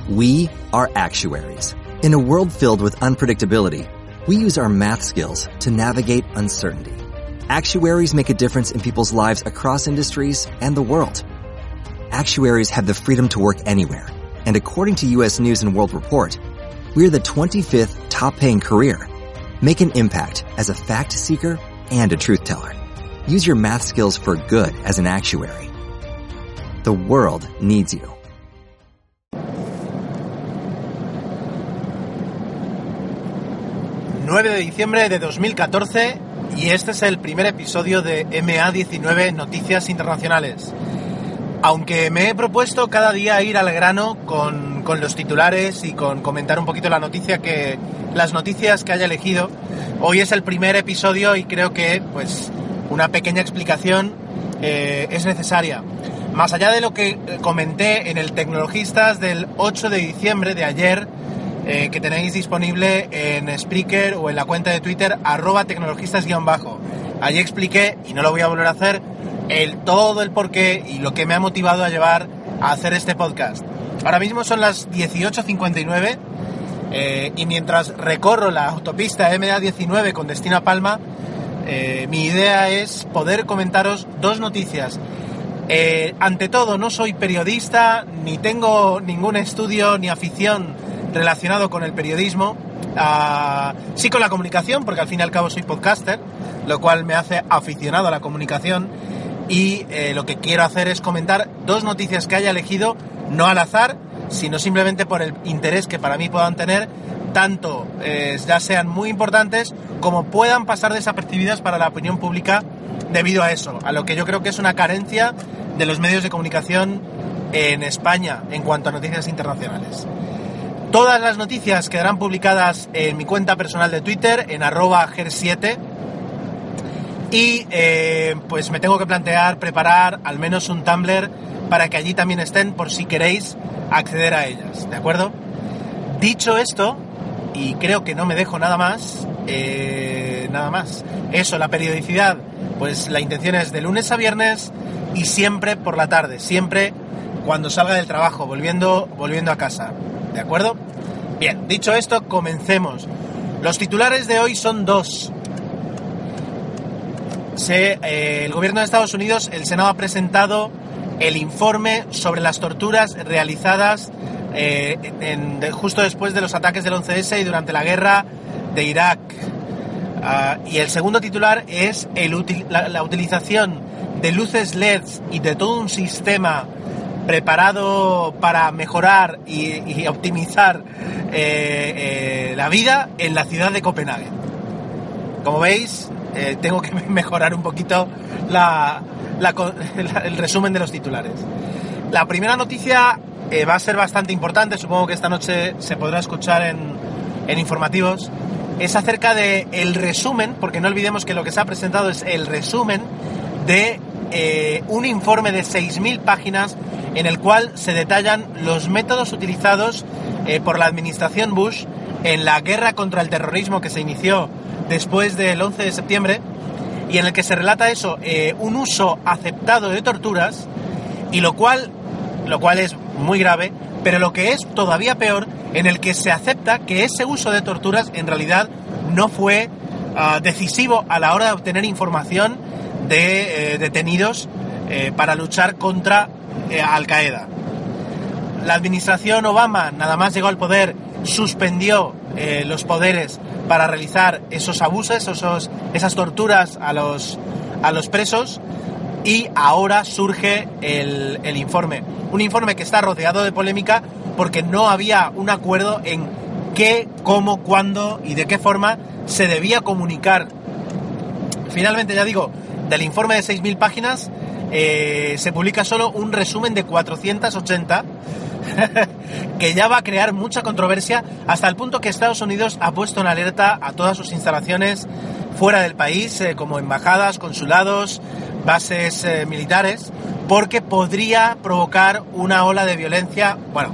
We are actuaries. In a world filled with unpredictability, we use our math skills to navigate uncertainty. Actuaries make a difference in people's lives across industries and the world. Actuaries have the freedom to work anywhere, and according to U.S. News & World Report, we're the 25th top-paying career. Make an impact as a fact seeker and a truth teller. Use your math skills for good as an actuary. The world needs you. 9 de diciembre de 2014 y este es el primer episodio de MA19 Noticias Internacionales. Aunque me he propuesto cada día ir al grano con los titulares y con comentar un poquito las noticias que haya elegido, hoy es el primer episodio y creo que pues una pequeña explicación es necesaria. Más allá de lo que comenté en el Tecnologistas del 8 de diciembre de ayer, que tenéis disponible en Spreaker o en la cuenta de Twitter @tecnologistas_. Allí expliqué, y no lo voy a volver a hacer, todo el porqué y lo que me ha motivado a llevar a hacer este podcast. Ahora mismo son las 18:59 y mientras recorro la autopista MA19 con destino a Palma, mi idea es poder comentaros dos noticias. Ante todo, no soy periodista, ni tengo ningún estudio ni afición relacionado con el periodismo, sí con la comunicación, porque al fin y al cabo soy podcaster, lo cual me hace aficionado a la comunicación, y lo que quiero hacer es comentar dos noticias que haya elegido, no al azar, sino simplemente por el interés que para mí puedan tener, tanto ya sean muy importantes como puedan pasar desapercibidas para la opinión pública debido a eso, a lo que yo creo que es una carencia de los medios de comunicación en España en cuanto a noticias internacionales. Todas las noticias quedarán publicadas en mi cuenta personal de Twitter, en @ger7, y pues me tengo que preparar al menos un Tumblr para que allí también estén por si queréis acceder a ellas, ¿de acuerdo? Dicho esto, y creo que no me dejo nada más, eso, la periodicidad, pues la intención es de lunes a viernes y siempre por la tarde, siempre cuando salga del trabajo, volviendo a casa. ¿De acuerdo? Bien, dicho esto, comencemos. Los titulares de hoy son dos. El gobierno de Estados Unidos, el Senado ha presentado el informe sobre las torturas realizadas justo después de los ataques del 11S y durante la guerra de Irak. Y el segundo titular es la utilización de luces LEDs y de todo un sistema preparado para mejorar y optimizar la vida en la ciudad de Copenhague. Como veis, tengo que mejorar un poquito el resumen de los titulares. La primera noticia va a ser bastante importante, supongo que esta noche se podrá escuchar en informativos. Es acerca del resumen, porque no olvidemos que lo que se ha presentado es el resumen de un informe de 6.000 páginas en el cual se detallan los métodos utilizados por la administración Bush en la guerra contra el terrorismo que se inició después del 11 de septiembre y en el que se relata eso, un uso aceptado de torturas, y lo cual es muy grave, pero lo que es todavía peor, en el que se acepta que ese uso de torturas en realidad no fue decisivo a la hora de obtener información de detenidos para luchar contra Al-Qaeda. La administración Obama, nada más llegó al poder, suspendió los poderes para realizar esos abusos, esas torturas a los presos, y ahora surge el informe. Un informe que está rodeado de polémica porque no había un acuerdo en qué, cómo, cuándo y de qué forma se debía comunicar. Finalmente, ya digo, del informe de 6.000 páginas se publica solo un resumen de 480 que ya va a crear mucha controversia, hasta el punto que Estados Unidos ha puesto en alerta a todas sus instalaciones fuera del país, como embajadas, consulados, bases militares, porque podría provocar una ola de violencia,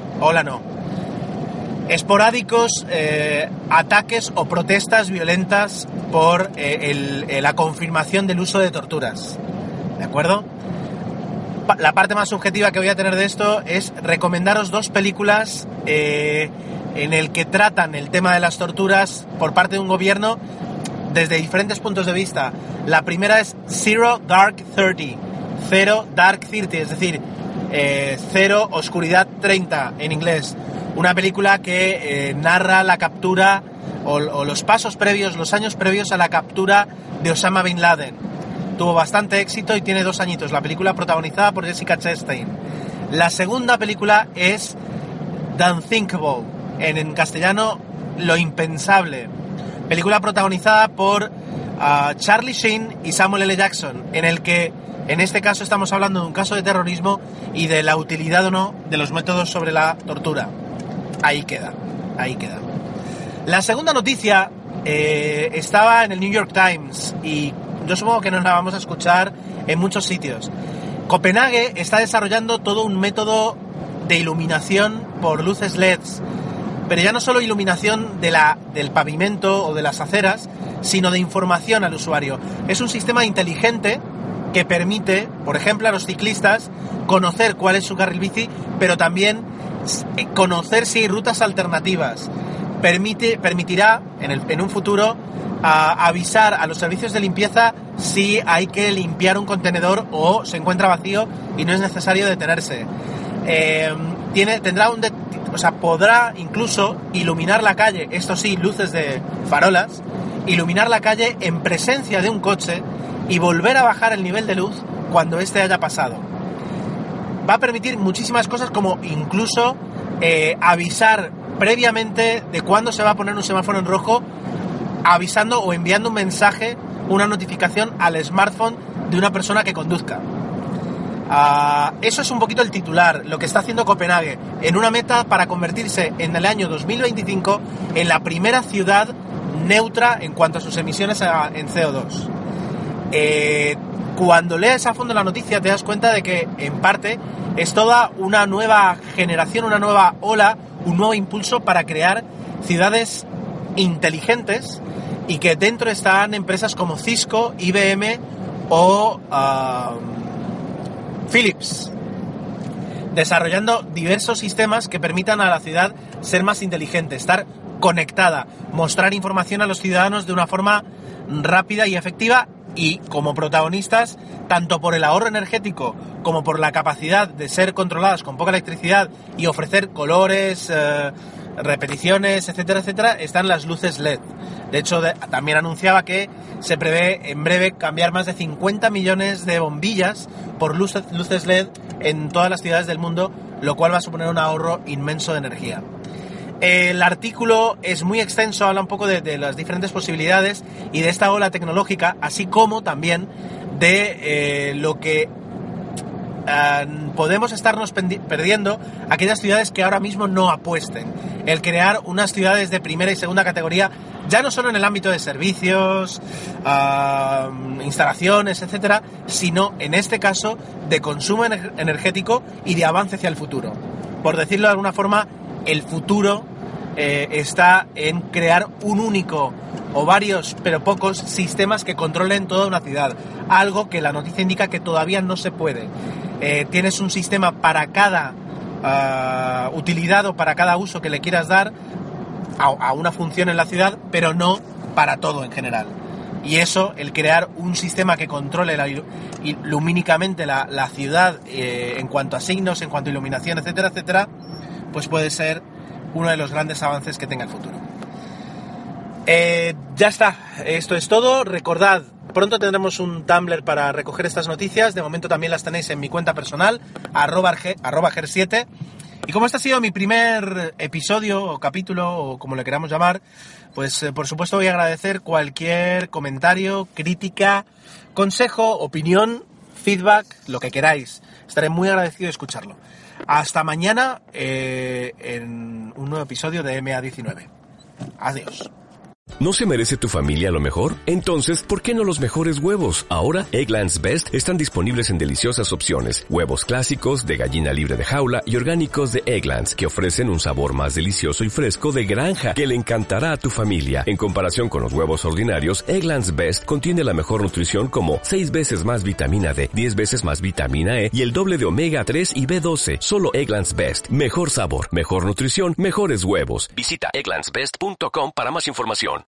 esporádicos ataques o protestas violentas por la confirmación del uso de torturas, ¿de acuerdo? la parte más subjetiva que voy a tener de esto es recomendaros 2 películas en el que tratan el tema de las torturas por parte de un gobierno desde diferentes puntos de vista. La primera es Zero Dark 30, Zero Dark 30, es decir, Cero Oscuridad 30 en inglés. Una película que narra la captura o los pasos previos, los años previos a la captura de Osama Bin Laden. Tuvo bastante éxito y tiene 2 añitos. La película protagonizada por Jessica Chastain. La segunda película es The Unthinkable, en castellano Lo Impensable. Película protagonizada por Charlie Sheen y Samuel L. Jackson, en el que en este caso estamos hablando de un caso de terrorismo y de la utilidad o no de los métodos sobre la tortura. Ahí queda. La segunda noticia estaba en el New York Times y yo supongo que nos la vamos a escuchar en muchos sitios. Copenhague está desarrollando todo un método de iluminación por luces LEDs, pero ya no solo iluminación del pavimento o de las aceras, sino de información al usuario. Es un sistema inteligente que permite, por ejemplo, a los ciclistas conocer cuál es su carril bici, pero también conocer si hay rutas alternativas. Permitirá en un futuro avisar a los servicios de limpieza si hay que limpiar un contenedor o se encuentra vacío y no es necesario detenerse. Podrá incluso iluminar la calle, esto sí, luces de farolas, iluminar la calle en presencia de un coche y volver a bajar el nivel de luz cuando éste haya pasado. Va a permitir muchísimas cosas, como incluso avisar previamente de cuándo se va a poner un semáforo en rojo, avisando o enviando un mensaje, una notificación al smartphone de una persona que conduzca. Eso es un poquito el titular, lo que está haciendo Copenhague, en una meta para convertirse en el año 2025 en la primera ciudad neutra en cuanto a sus emisiones en CO2. Cuando lees a fondo la noticia te das cuenta de que en parte es toda una nueva generación, una nueva ola, un nuevo impulso para crear ciudades inteligentes, y que dentro están empresas como Cisco, IBM o Philips, desarrollando diversos sistemas que permitan a la ciudad ser más inteligente, estar conectada, mostrar información a los ciudadanos de una forma rápida y efectiva, y como protagonistas, tanto por el ahorro energético como por la capacidad de ser controladas con poca electricidad y ofrecer colores, repeticiones, etcétera, etcétera, están las luces LED. De hecho, también anunciaba que se prevé en breve cambiar más de 50 millones de bombillas por luces LED en todas las ciudades del mundo, lo cual va a suponer un ahorro inmenso de energía. El artículo es muy extenso, habla un poco de las diferentes posibilidades y de esta ola tecnológica, así como también de lo que podemos estarnos perdiendo aquellas ciudades que ahora mismo no apuesten. El crear unas ciudades de primera y segunda categoría, ya no solo en el ámbito de servicios, instalaciones, etcétera, sino en este caso de consumo energético y de avance hacia el futuro. Por decirlo de alguna forma, el futuro está en crear un único o varios, pero pocos, sistemas que controlen toda una ciudad. Algo que la noticia indica que todavía no se puede. Tienes un sistema para cada utilidad o para cada uso que le quieras dar a una función en la ciudad, pero no para todo en general. Y eso, el crear un sistema que controle lumínicamente la ciudad en cuanto a signos, en cuanto a iluminación, etcétera, etcétera, pues puede ser uno de los grandes avances que tenga el futuro. Ya está, esto es todo. Recordad, pronto tendremos un Tumblr para recoger estas noticias. De momento también las tenéis en mi cuenta personal, @ger7. Y como este ha sido mi primer episodio o capítulo, o como le queramos llamar, pues por supuesto voy a agradecer cualquier comentario, crítica, consejo, opinión, feedback, lo que queráis. Estaré muy agradecido de escucharlo. Hasta mañana en un nuevo episodio de MA19. Adiós. ¿No se merece tu familia lo mejor? Entonces, ¿por qué no los mejores huevos? Ahora, Eggland's Best están disponibles en deliciosas opciones. Huevos clásicos, de gallina libre de jaula y orgánicos de Eggland's, que ofrecen un sabor más delicioso y fresco de granja que le encantará a tu familia. En comparación con los huevos ordinarios, Eggland's Best contiene la mejor nutrición como 6 veces más vitamina D, 10 veces más vitamina E y el doble de omega 3 y B12. Solo Eggland's Best. Mejor sabor, mejor nutrición, mejores huevos. Visita egglandsbest.com para más información.